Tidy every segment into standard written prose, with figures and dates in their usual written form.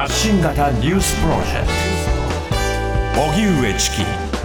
発信型ニュースプロジェクト荻上チキ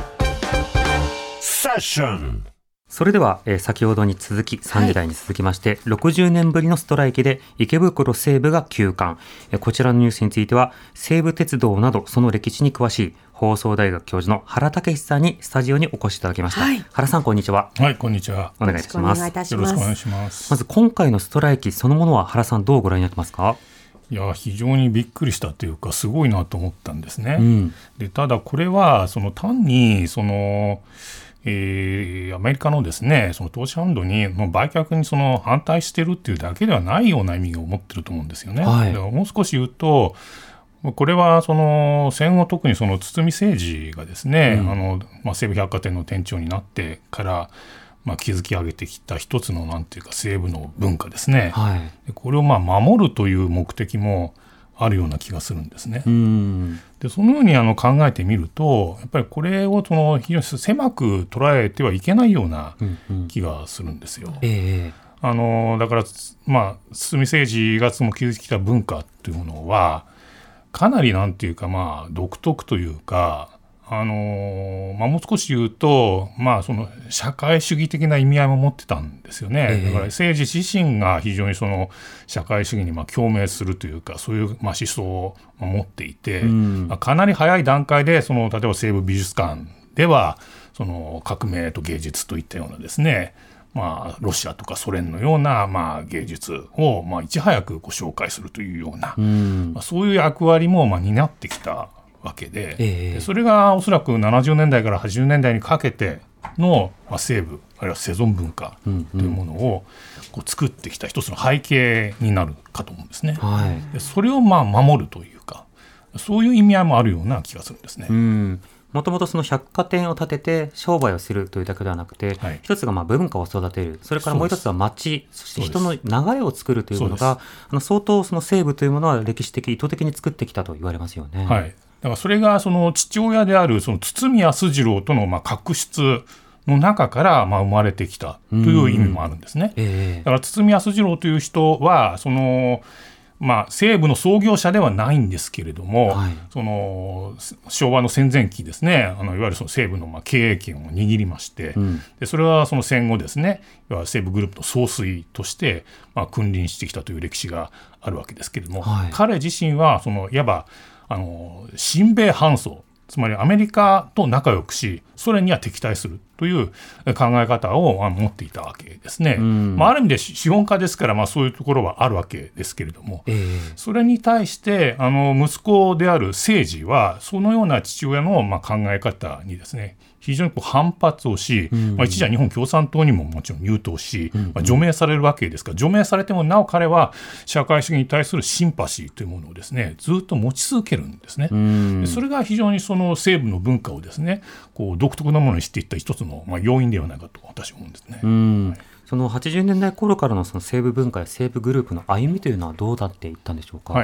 セッション。 それでは、先ほどに続き3時台に続きまして、60年ぶりのストライキで池袋西部が休館、こちらのニュースについては西武鉄道などその歴史に詳しい放送大学教授の原武史さんにスタジオにお越しいただきました、原さんこんにちは。 はい、こんにちは。 お願いいたします。 よろしくお願いします。 まず今回のストライキそのものは原さんどうご覧になってますか？ いや非常にびっくりしたというかすごいなと思ったんですね、でただこれは単にアメリカのですねその投資ファンドの売却に反対してるっていうだけではないような意味を持ってると思うんですよね、だからもう少し言うとこれは戦後特に堤政治がですね、西武百貨店の店長になってから築き上げてきた一つのなんていうか西武の文化ですね、これを守るという目的もあるような気がするんですね。でそのように考えてみるとやっぱりこれを非常に狭く捉えてはいけないような気がするんですよ。だから堤政治が築いてきた文化というものはかなりなんていうか独特というかもう少し言うと、社会主義的な意味合いも持ってたんですよね。だから政治自身が非常に社会主義に共鳴するというかそういう思想を持っていて、かなり早い段階で例えば西武美術館では革命と芸術といったようなですねロシアとかソ連のような芸術をいち早く紹介するというような、そういう役割も担ってきたわけで、それがおそらく70年代から80年代にかけての西武あるいはセゾン文化というものを作ってきた一つの背景になるかと思うんですね、でそれを守るというかそういう意味合いもあるような気がするんですね。 もともと百貨店を建てて商売をするというだけではなくて、一つが文化を育てる、それからもう一つは街、そして人の流れを作るというものが相当西武というものは歴史的意図的に作ってきたと言われますよね。 だからそれが父親である堤康次郎との確執の中から生まれてきたという意味もあるんですね。だから堤康次郎という人は西武の創業者ではないんですけれども、昭和の戦前期ですねいわゆる西武の経営権を握りまして、でそれは戦後ですね西武グループの総帥として君臨してきたという歴史があるわけですけれども、彼自身はいわば親米反ソ、つまりアメリカと仲良くしソ連には敵対するという考え方を持っていたわけですね。ある意味で資本家ですからそういうところはあるわけですけれども、それに対して息子である政治はそのような父親の考え方にですね非常に反発をし、一時は日本共産党にももちろん入党し、除名されるわけですから、除名されてもなお彼は社会主義に対するシンパシーというものをですねずっと持ち続けるんですね。それが非常に西部の文化をですね独特なものにしていった一つの要因ではないかと私は思うんですね。 その80年代頃からの西部文化や西部グループの歩みというのはどうなっていったんでしょうか？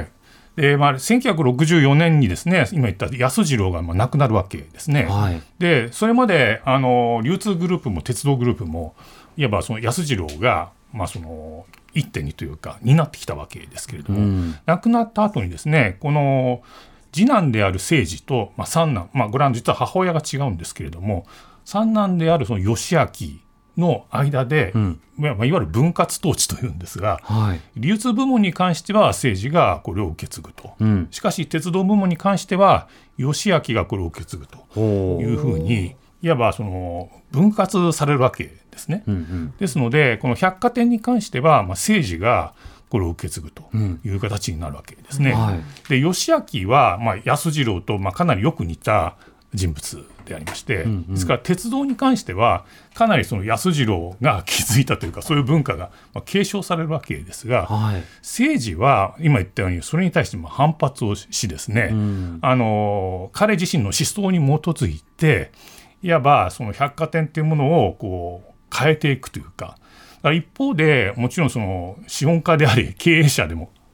1964年にですね今言った安次郎が亡くなるわけですね。でそれまで流通グループも鉄道グループもいわば安次郎が一手にというか担ってきたわけですけれども、亡くなった後にですねこの次男である政治と、三男、これは実は母親が違うんですけれども三男である義明の間で、いわゆる分割統治というんですが、流通部門に関しては政治がこれを受け継ぐと、しかし鉄道部門に関しては義明がこれを受け継ぐというふうにいわば分割されるわけですね。ですのでこの百貨店に関しては、政治がこれを受け継ぐという形になるわけですね。で義明は、安次郎とかなりよく似た人物でありまして、ですから鉄道に関してはかなり安次郎が築いたというかそういう文化が継承されるわけですが、政治は今言ったようにそれに対して反発をしですね、彼自身の思想に基づいていわば百貨店というものを変えていくというか、一方でもちろん資本家であり経営者でも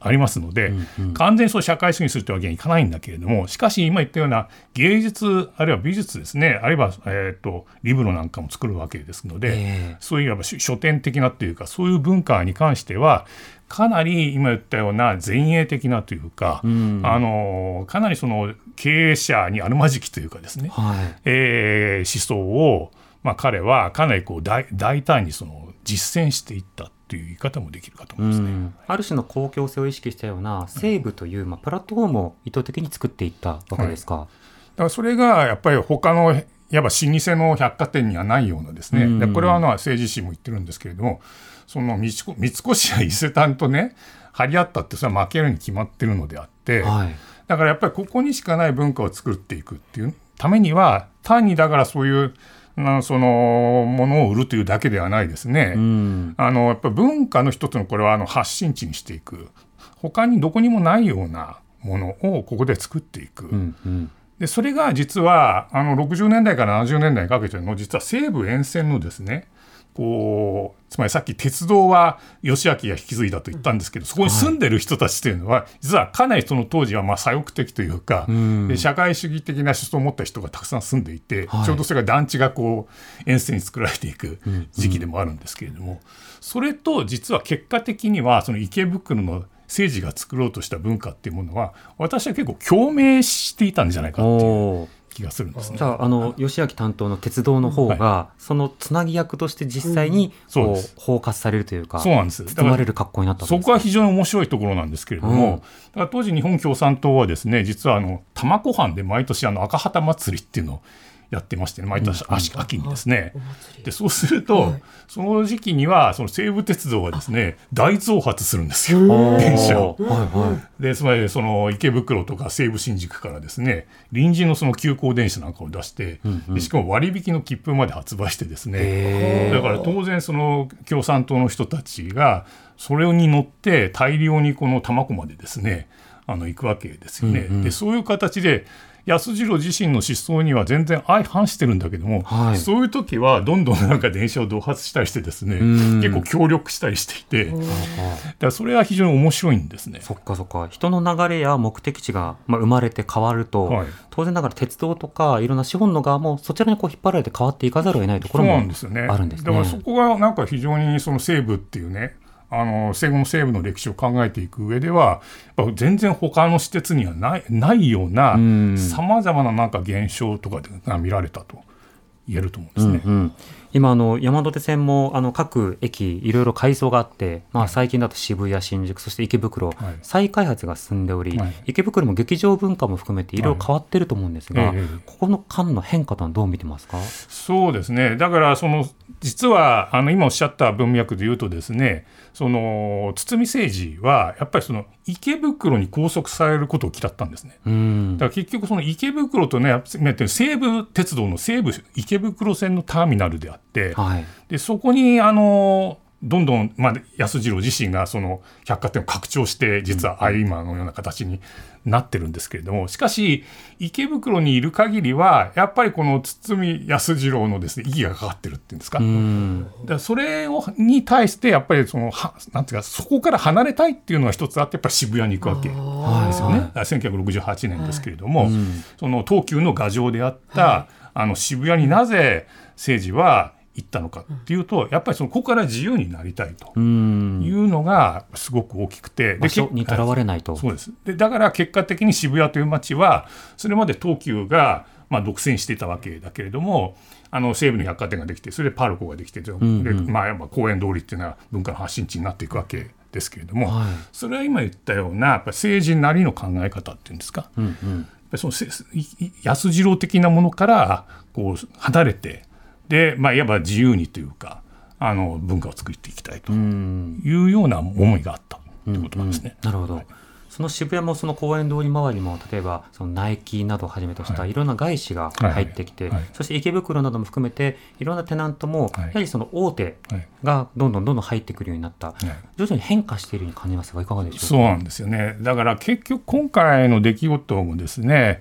ありますので、完全にそう社会主義にするというわけにはいかないんだけれども、しかし今言ったような芸術あるいは美術ですね、あるいは、リブロなんかも作るわけですので、そういういわば書店的なというかそういう文化に関してはかなり今言ったような前衛的なというか、かなりその経営者にあるまじきというかですね、思想を、彼はかなりこう大胆にその実践していったという言い方もできるかと思いますね。 ある種の公共性を意識したような西部という、プラットフォームを意図的に作っていったわけですか。 だからそれがやっぱり他のいわば老舗の百貨店にはないようなですね、でこれは政治誌も言ってるんですけれども、その三越や伊勢丹とね張り合ったってそれは負けるに決まってるのであって、だからやっぱりここにしかない文化を作っていくっていうためには単にだからそういうそのものを売るというだけではないですね、やっぱり文化の一つのこれは発信地にしていく、他にどこにもないようなものをここで作っていく、でそれが実は60年代から70年代にかけての実は西部沿線のですね、こうつまりさっき鉄道は義明が引き継いだと言ったんですけど、そこに住んでる人たちというのは、実はかなりその当時は左翼的というか、社会主義的な思想を持った人がたくさん住んでいて、ちょうどそれが団地がこう沿線に作られていく時期でもあるんですけれども、それと実は結果的にはその池袋の政治が作ろうとした文化っていうものは私は結構共鳴していたんじゃないかっていう気がするんですね。 じゃあ義明担当の鉄道の方が、そのつなぎ役として実際にこう包括されるというか、 そうなんです。 包まれる格好になったんですか。 そこは非常に面白いところなんですけれども、だから当時日本共産党はですね、実は多摩湖畔で毎年赤旗祭りっていうのをやってましてね、毎年秋にですね、でそうすると、その時期にはその西武鉄道はですね大増発するんですよ、電車を。でつまりその池袋とか西武新宿からですね臨時のその急行電車なんかを出して、でしかも割引の切符まで発売してですね、だから当然その共産党の人たちがそれに乗って大量にこの多摩湖までですね行くわけですよね。でそういう形で安次郎自身の思想には全然相反してるんだけども、そういう時はどんどんなんか電車を導発したりしてですね、結構協力したりしていて、だからそれは非常に面白いんですね。 そっかそっか。人の流れや目的地が生まれて変わると、当然ながら鉄道とかいろんな資本の側もそちらにこう引っ張られて変わっていかざるを得ないところもあるんですね。 だからそこがなんか非常にその西部っていうね、戦後の西部の歴史を考えていく上ではやっぱ全然他の施設にはないようなさまざまななんか現象とかが見られたと言えると思うんですね。 今山手線も各駅いろいろ改装があって、最近だと渋谷、新宿、そして池袋、再開発が進んでおり、池袋も劇場文化も含めていろいろ変わってると思うんですが、ここの間の変化とはどう見てますか。 そうですね、だから実は今おっしゃった文脈で言うとですね、堤政治はやっぱり池袋に拘束されることを嫌ったんですね。だから結局その池袋とね、西武鉄道の西武池袋線のターミナルであって、でそこにどんどん、安次郎自身がその百貨店を拡張して実は今のような形になってるんですけれども、しかし池袋にいる限りはやっぱりこの堤安次郎のですね息がかかってるっていうんですか。だからそれに対してやっぱりなんていうか、そこから離れたいっていうのが一つあって、やっぱり渋谷に行くわけですよね。1968年ですけれども、その東急の牙城であった渋谷になぜ政治は行ったのかっていうと、やっぱりここから自由になりたいというのがすごく大きくて、 場所にとらわれないと。 そうです。でだから結果的に渋谷という街はそれまで東急が独占していたわけだけれども、西武の百貨店ができて、それでパルコができて、公園通りっていうのは文化の発信地になっていくわけですけれども、それは今言ったようなやっぱ政治なりの考え方っていうんですか、その安次郎的なものからこう離れて、でいわば自由にというか文化を作っていきたいというような思いがあったということなんですね。 なるほど。その渋谷もその公園通り周りも例えばそのナイキなどをはじめとしたいろんな外資が入ってきて、そして池袋なども含めていろんなテナントもやはりその大手がどんどん入ってくるようになった、徐々に変化しているように感じますがいかがでしょうか。 そうなんですよね。だから結局今回の出来事もですね、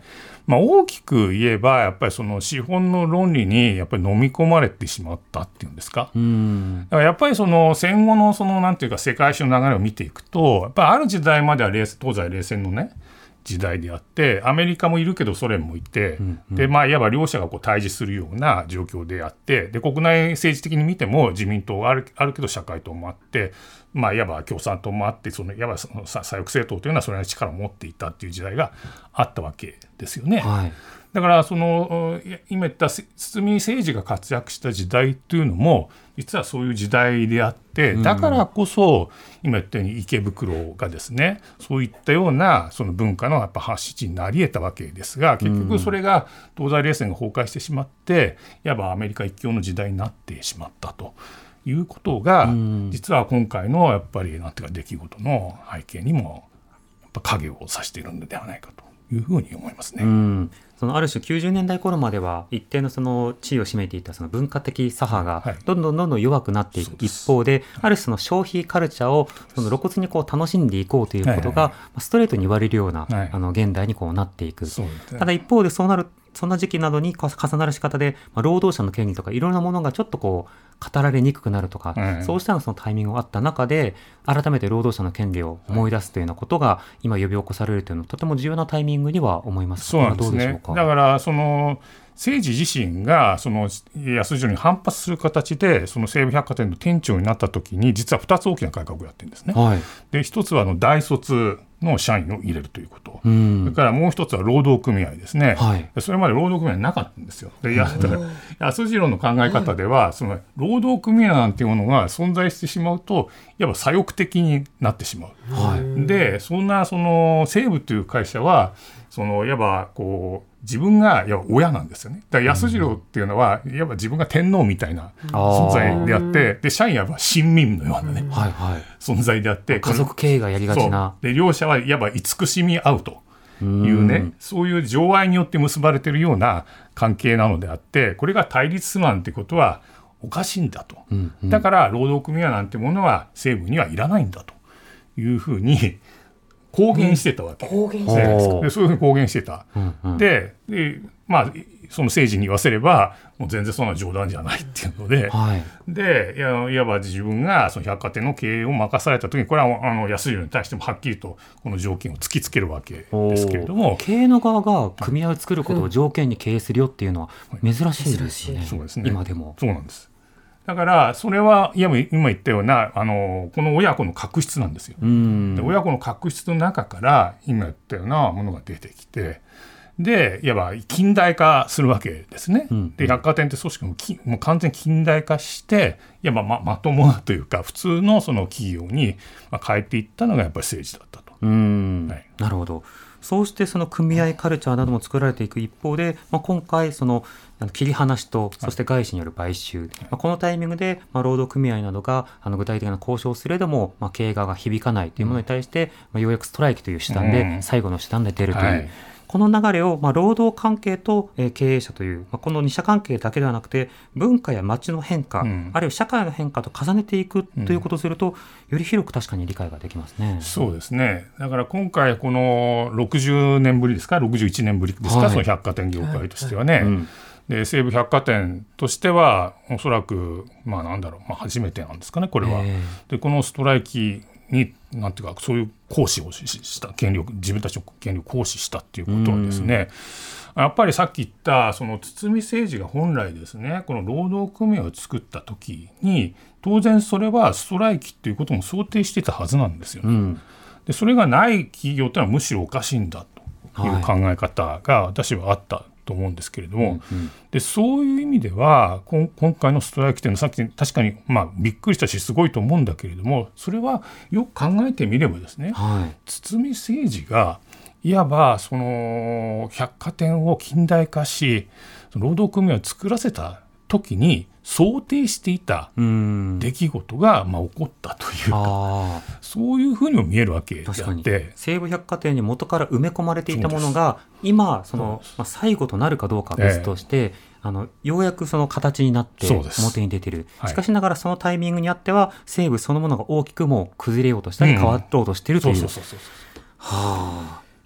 大きく言えばやっぱりその資本の論理にやっぱり飲み込まれてしまったっていうんですか。だからやっぱりその戦後のそのなんていうか世界史の流れを見ていくと、やっぱりある時代までは東西冷戦のね時代であって、アメリカもいるけどソ連もいて、でいわば両者がこう対峙するような状況であって、で国内政治的に見ても自民党はあるけど社会党もあって、いわば共産党もあって、いわばその左翼政党というのはそれなりに力を持っていたっていう時代があったわけですよね。はい、だからその今言った堤政治が活躍した時代というのも実はそういう時代であって、だからこそ今言ったように池袋がですね、そういったようなその文化のやっぱ発信地になり得たわけですが、結局それが東西冷戦が崩壊してしまって、いわばアメリカ一強の時代になってしまったということが、実は今回のやっぱりなんていうか出来事の背景にもやっぱ影を差しているのではないかというふうに思いますね。 そのある種90年代頃までは一定のその地位を占めていたその文化的左派がどんどん弱くなっていく一方で、ある種その消費カルチャーをその露骨にこう楽しんでいこうということがストレートに言われるような現代にこうなっていく。ただ一方でそんな時期などに重なる仕方で、労働者の権利とかいろんなものがちょっとこう語られにくくなるとか、そうしたそのタイミングがあった中で改めて労働者の権利を思い出すというようなことが今呼び起こされるというのはとても重要なタイミングには思います。 そうなんですね。どうでしょうか。だからその政治自身がその安次郎に反発する形でその西武百貨店の店長になった時に実は2つ大きな改革をやってるんですね。で一つは大卒の社員を入れるということ、それからもう一つは労働組合ですね。それまで労働組合なかったんですよ。で安次郎の考え方ではその労働組合なんていうものが存在してしまうといわば左翼的になってしまう。でそんなその西武という会社はそのいわばこう自分がいわば親なんですよね。だから安次郎っていうのはいわば自分が天皇みたいな存在であって、で社員は親民のようなね、存在であって、 家族経営がやりがちな。 で両者はいわば慈しみ合うというね、そういう情愛によって結ばれているような関係なのであって、これが対立するなんてことはおかしいんだと。だから労働組合なんてものは西武にはいらないんだというふうに公言してたわけ、でそういうふうに公言してた、でその政治に言わせればもう全然そんな冗談じゃないっていうので、でいわば自分がその百貨店の経営を任された時にこれは安次郎に対してもはっきりとこの条件を突きつけるわけですけれども、 経営の側が組合を作ることを条件に経営するよっていうのは珍しいですよね。 そうですね。 今でもそうなんです。だからそれは今言ったようなこの親子の確執なんですよ。で親子の確執の中から今言ったようなものが出てきて、でいわば近代化するわけですね。で百貨店って組織も完全に近代化していわば まともなというか普通のその企業に変えていったのがやっぱり政治だったと。 なるほど。そうしてその組合カルチャーなども作られていく一方で、今回その切り離しとそして外資による買収、このタイミングで労働組合などが具体的な交渉をすれども経営側が響かないというものに対して、ようやくストライキという手段で最後の手段で出るという、この流れを労働関係と経営者というこの二者関係だけではなくて文化や街の変化、あるいは社会の変化と重ねていくということをすると、より広く確かに理解ができますね。 そうですね。だから今回この60年ぶりですか61年ぶりですか、その百貨店業界としてはね、で西武百貨店としてはおそらく初めてなんですかねこれは。でこのストライキになんていうかそういう行使をした権力、自分たちの権力を行使したっていうことはですね、やっぱりさっき言ったその堤政治が本来ですねこの労働組合を作った時に当然それはストライキっていうことも想定してたはずなんですよね。でそれがない企業ってのはむしろおかしいんだという考え方が私はあったと思うんですけれども、でそういう意味では今回のストライキというのはさっき確かにびっくりしたしすごいと思うんだけれども、それはよく考えてみればですね、堤政治がいわばその百貨店を近代化し労働組合を作らせた時に想定していた出来事が起こったというか、そういうふうにも見えるわけであって、 西武百貨店に元から埋め込まれていたものが今最後となるかどうかは別として、ようやくその形になって表に出ている。しかしながらそのタイミングにあっては西武そのものが大きくもう崩れようとしたり変わろうとしているという。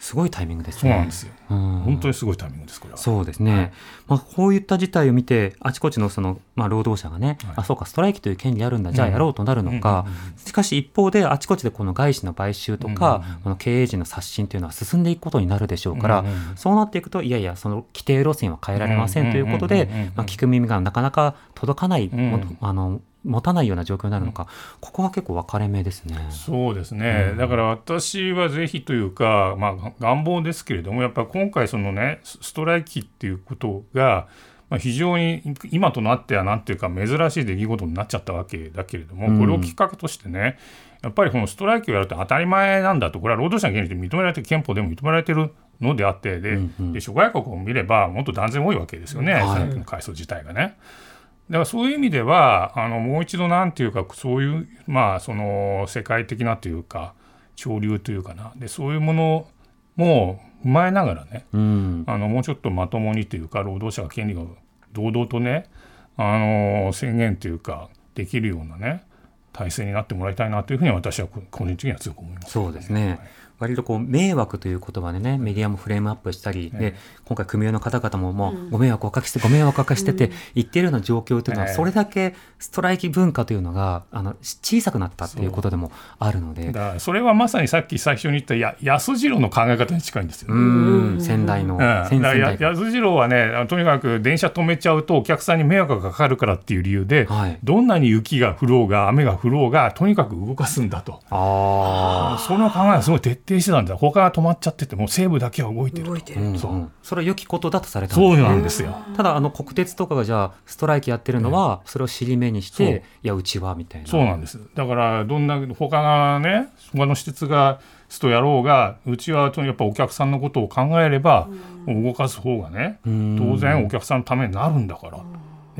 すごいタイミングですね。 そうなんですよ、本当にすごいタイミングですこれは。 そうですね、こういった事態を見てあちこちの労働者がね、そうかストライキという権利あるんだ、じゃあやろうとなるのか、しかし一方であちこちでこの外資の買収とか、この経営陣の刷新というのは進んでいくことになるでしょうから、そうなっていくといやいやその規定路線は変えられませんということで、聞く耳がなかなか届かない、持たないような状況になるのか、ここは結構分かれ目ですね。 そうですね、だから私はぜひというか、願望ですけれども、やっぱり今回そのねストライキっていうことが、非常に今となってはなんていうか珍しい出来事になっちゃったわけだけれども、これをきっかけとしてね、やっぱりこのストライキをやると当たり前なんだと、これは労働者の権利で認められて憲法でも認められているのであって、で諸外国を見ればもっと断然多いわけですよね、ストライキの回数自体がね。だからそういう意味ではもう一度なんていうかそういう、その世界的なというか潮流というかなで、そういうものも踏まえながらね、もうちょっとまともにというか労働者が権利を堂々とね宣言というかできるようなね体制になってもらいたいなというふうに私は個人的には強く思います、 そうですね、割と迷惑という言葉でねメディアもフレームアップしたり、で今回組合の方々もご迷惑をおかけしてご迷惑をおかけしてって言っているような状況というのは、それだけストライキ文化というのが小さくなったということでもあるので、 だからそれはまさにさっき最初に言った安次郎の考え方に近いんですよ、 先代の、 安次郎はねとにかく電車止めちゃうとお客さんに迷惑がかかるからっていう理由で、どんなに雪が降ろうが雨が降ろうがとにかく動かすんだと、その考えがすごい徹底してたんだ。他が止まっちゃってても西部だけは動いてると、 それは良きことだとされたんですね。 そうなんですよ。 ただ国鉄とかがじゃあストライキやってるのは、それを尻目にしていやうちはみたいな。 そうなんです。だからどんな他がね他の施設がストやろうがうちはやっぱお客さんのことを考えれば、動かす方がね当然お客さんのためになるんだから、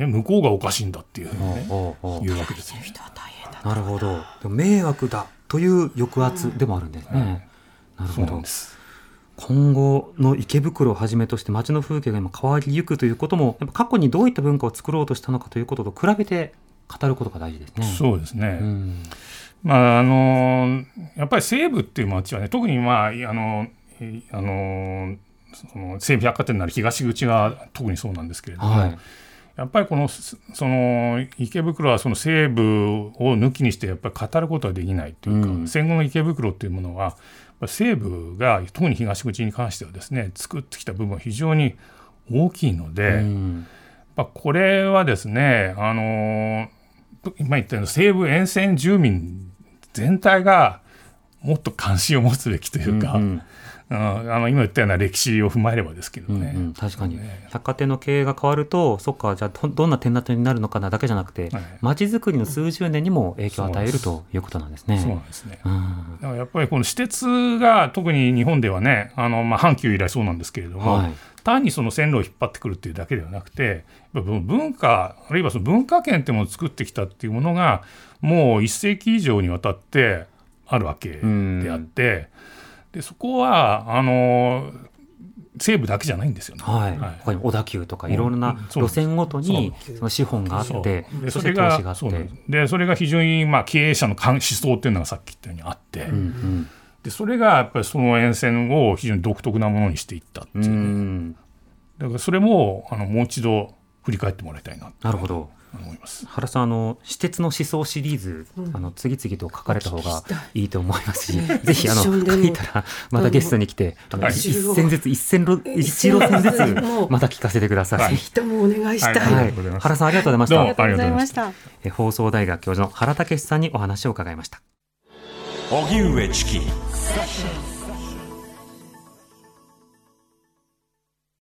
向こうがおかしいんだっていうふうにね言うわけですよ。 なるほど。迷惑だという抑圧でもあるんですね。なるほど。今後の池袋をはじめとして街の風景が今変わりゆくということも、やっぱ過去にどういった文化を作ろうとしたのかということと比べて語ることが大事ですね。 そうですね、やっぱり西部っていう街はね、特にその西武百貨店なる東口は特にそうなんですけれども、やっぱりその池袋はその西部を抜きにしてやっぱり語ることはできないというか、戦後の池袋というものは西部が特に東口に関してはですね作ってきた部分は非常に大きいので、これはですね今言ったように西部沿線住民全体がもっと関心を持つべきというか、今言ったような歴史を踏まえればですけどね、 確かに百貨店の経営が変わるとそっかじゃあどんな点立てになるのかなだけじゃなくて、街づくりの数十年にも影響を与えるということなんですね。 そうなんですね。だからやっぱりこの私鉄が特に日本ではね阪急以来そうなんですけれども、単にその線路を引っ張ってくるっていうだけではなくて文化あるいはその文化圏っていうものを作ってきたっていうものがもう1世紀以上にわたってあるわけであって、でそこは西部だけじゃないんですよね。他に小田急とかいろんな路線ごとにその資本があって、そして投資があって、 でそれが非常に経営者の思想っていうのがさっき言ったようにあって、でそれがやっぱりその沿線を非常に独特なものにしていったっていう、だからそれももう一度振り返ってもらいたいなと思います。 原さん私鉄の思想シリーズ、次々と書かれた方がいいと思いますし、ぜひ書いたらまたゲストに来て、一路線ずつまた聞かせてください。 ぜひともお願いしたい。 原さんありがとうございました。 ありがとうございました。 放送大学教授の原武さんにお話を伺いました。 荻上チキ